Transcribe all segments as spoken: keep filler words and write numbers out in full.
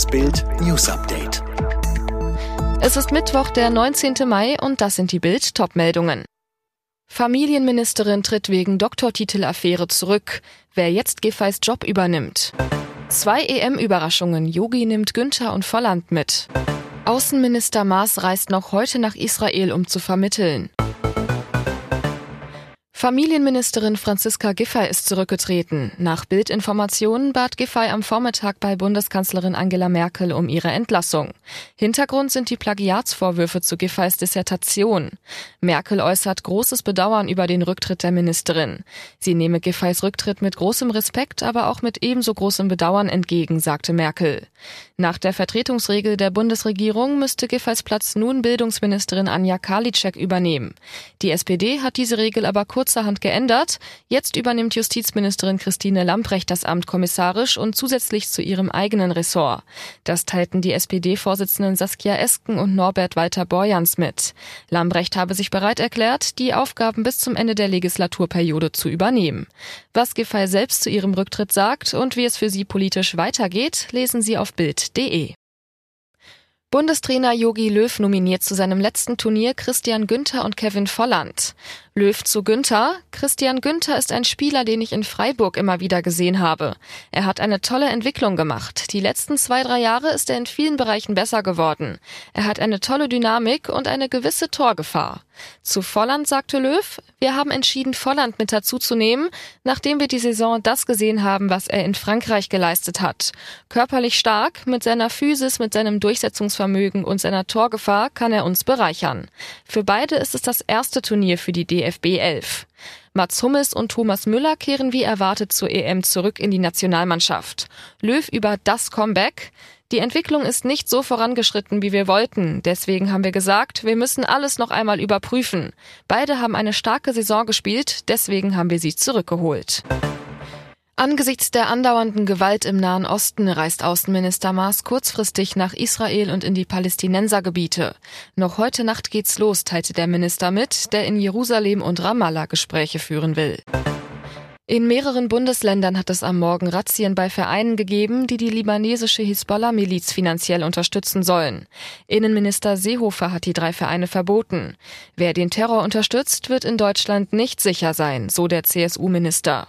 Das Bild News Update. Es ist Mittwoch, der neunzehnten Mai, und das sind die Bild-Top-Meldungen. Familienministerin tritt wegen Doktortitel-Affäre zurück. Wer jetzt Giffey's Job übernimmt. Zwei E M-Überraschungen. Yogi nimmt Günther und Volland mit. Außenminister Maas reist noch heute nach Israel, um zu vermitteln. Familienministerin Franziska Giffey ist zurückgetreten. Nach Bild-Informationen bat Giffey am Vormittag bei Bundeskanzlerin Angela Merkel um ihre Entlassung. Hintergrund sind die Plagiatsvorwürfe zu Giffeys Dissertation. Merkel äußert großes Bedauern über den Rücktritt der Ministerin. Sie nehme Giffeys Rücktritt mit großem Respekt, aber auch mit ebenso großem Bedauern entgegen, sagte Merkel. Nach der Vertretungsregel der Bundesregierung müsste Giffeys Platz nun Bildungsministerin Anja Karliczek übernehmen. Die S P D hat diese Regel aber kurzerhand geändert. Jetzt übernimmt Justizministerin Christine Lambrecht das Amt kommissarisch und zusätzlich zu ihrem eigenen Ressort. Das teilten die S P D-Vorsitzenden Saskia Esken und Norbert Walter-Borjans mit. Lambrecht habe sich bereit erklärt, die Aufgaben bis zum Ende der Legislaturperiode zu übernehmen. Was Giffey selbst zu ihrem Rücktritt sagt und wie es für sie politisch weitergeht, lesen Sie auf bild punkt de. Bundestrainer Jogi Löw nominiert zu seinem letzten Turnier Christian Günther und Kevin Volland. Löw zu Günther: Christian Günther ist ein Spieler, den ich in Freiburg immer wieder gesehen habe. Er hat eine tolle Entwicklung gemacht. Die letzten zwei, drei Jahre ist er in vielen Bereichen besser geworden. Er hat eine tolle Dynamik und eine gewisse Torgefahr. Zu Volland sagte Löw: Wir haben entschieden, Volland mit dazuzunehmen, nachdem wir die Saison das gesehen haben, was er in Frankreich geleistet hat. Körperlich stark, mit seiner Physis, mit seinem Durchsetzungsvermögen und seiner Torgefahr kann er uns bereichern. Für beide ist es das erste Turnier für die D F B elf. Mats Hummels und Thomas Müller kehren wie erwartet zur E M zurück in die Nationalmannschaft. Löw über das Comeback: Die Entwicklung ist nicht so vorangeschritten, wie wir wollten. Deswegen haben wir gesagt, wir müssen alles noch einmal überprüfen. Beide haben eine starke Saison gespielt, deswegen haben wir sie zurückgeholt. Angesichts der andauernden Gewalt im Nahen Osten reist Außenminister Maas kurzfristig nach Israel und in die Palästinensergebiete. Noch heute Nacht geht's los, teilte der Minister mit, der in Jerusalem und Ramallah Gespräche führen will. In mehreren Bundesländern hat es am Morgen Razzien bei Vereinen gegeben, die die libanesische Hisbollah-Miliz finanziell unterstützen sollen. Innenminister Seehofer hat die drei Vereine verboten. Wer den Terror unterstützt, wird in Deutschland nicht sicher sein, so der C S U-Minister.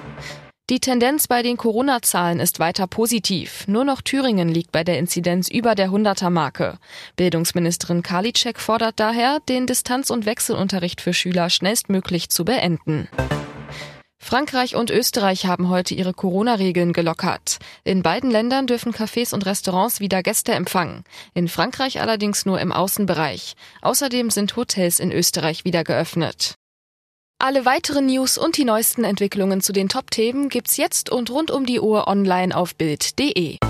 Die Tendenz bei den Corona-Zahlen ist weiter positiv. Nur noch Thüringen liegt bei der Inzidenz über der hunderter-Marke. Bildungsministerin Karliczek fordert daher, den Distanz- und Wechselunterricht für Schüler schnellstmöglich zu beenden. Frankreich und Österreich haben heute ihre Corona-Regeln gelockert. In beiden Ländern dürfen Cafés und Restaurants wieder Gäste empfangen. In Frankreich allerdings nur im Außenbereich. Außerdem sind Hotels in Österreich wieder geöffnet. Alle weiteren News und die neuesten Entwicklungen zu den Top-Themen gibt's jetzt und rund um die Uhr online auf bild punkt de.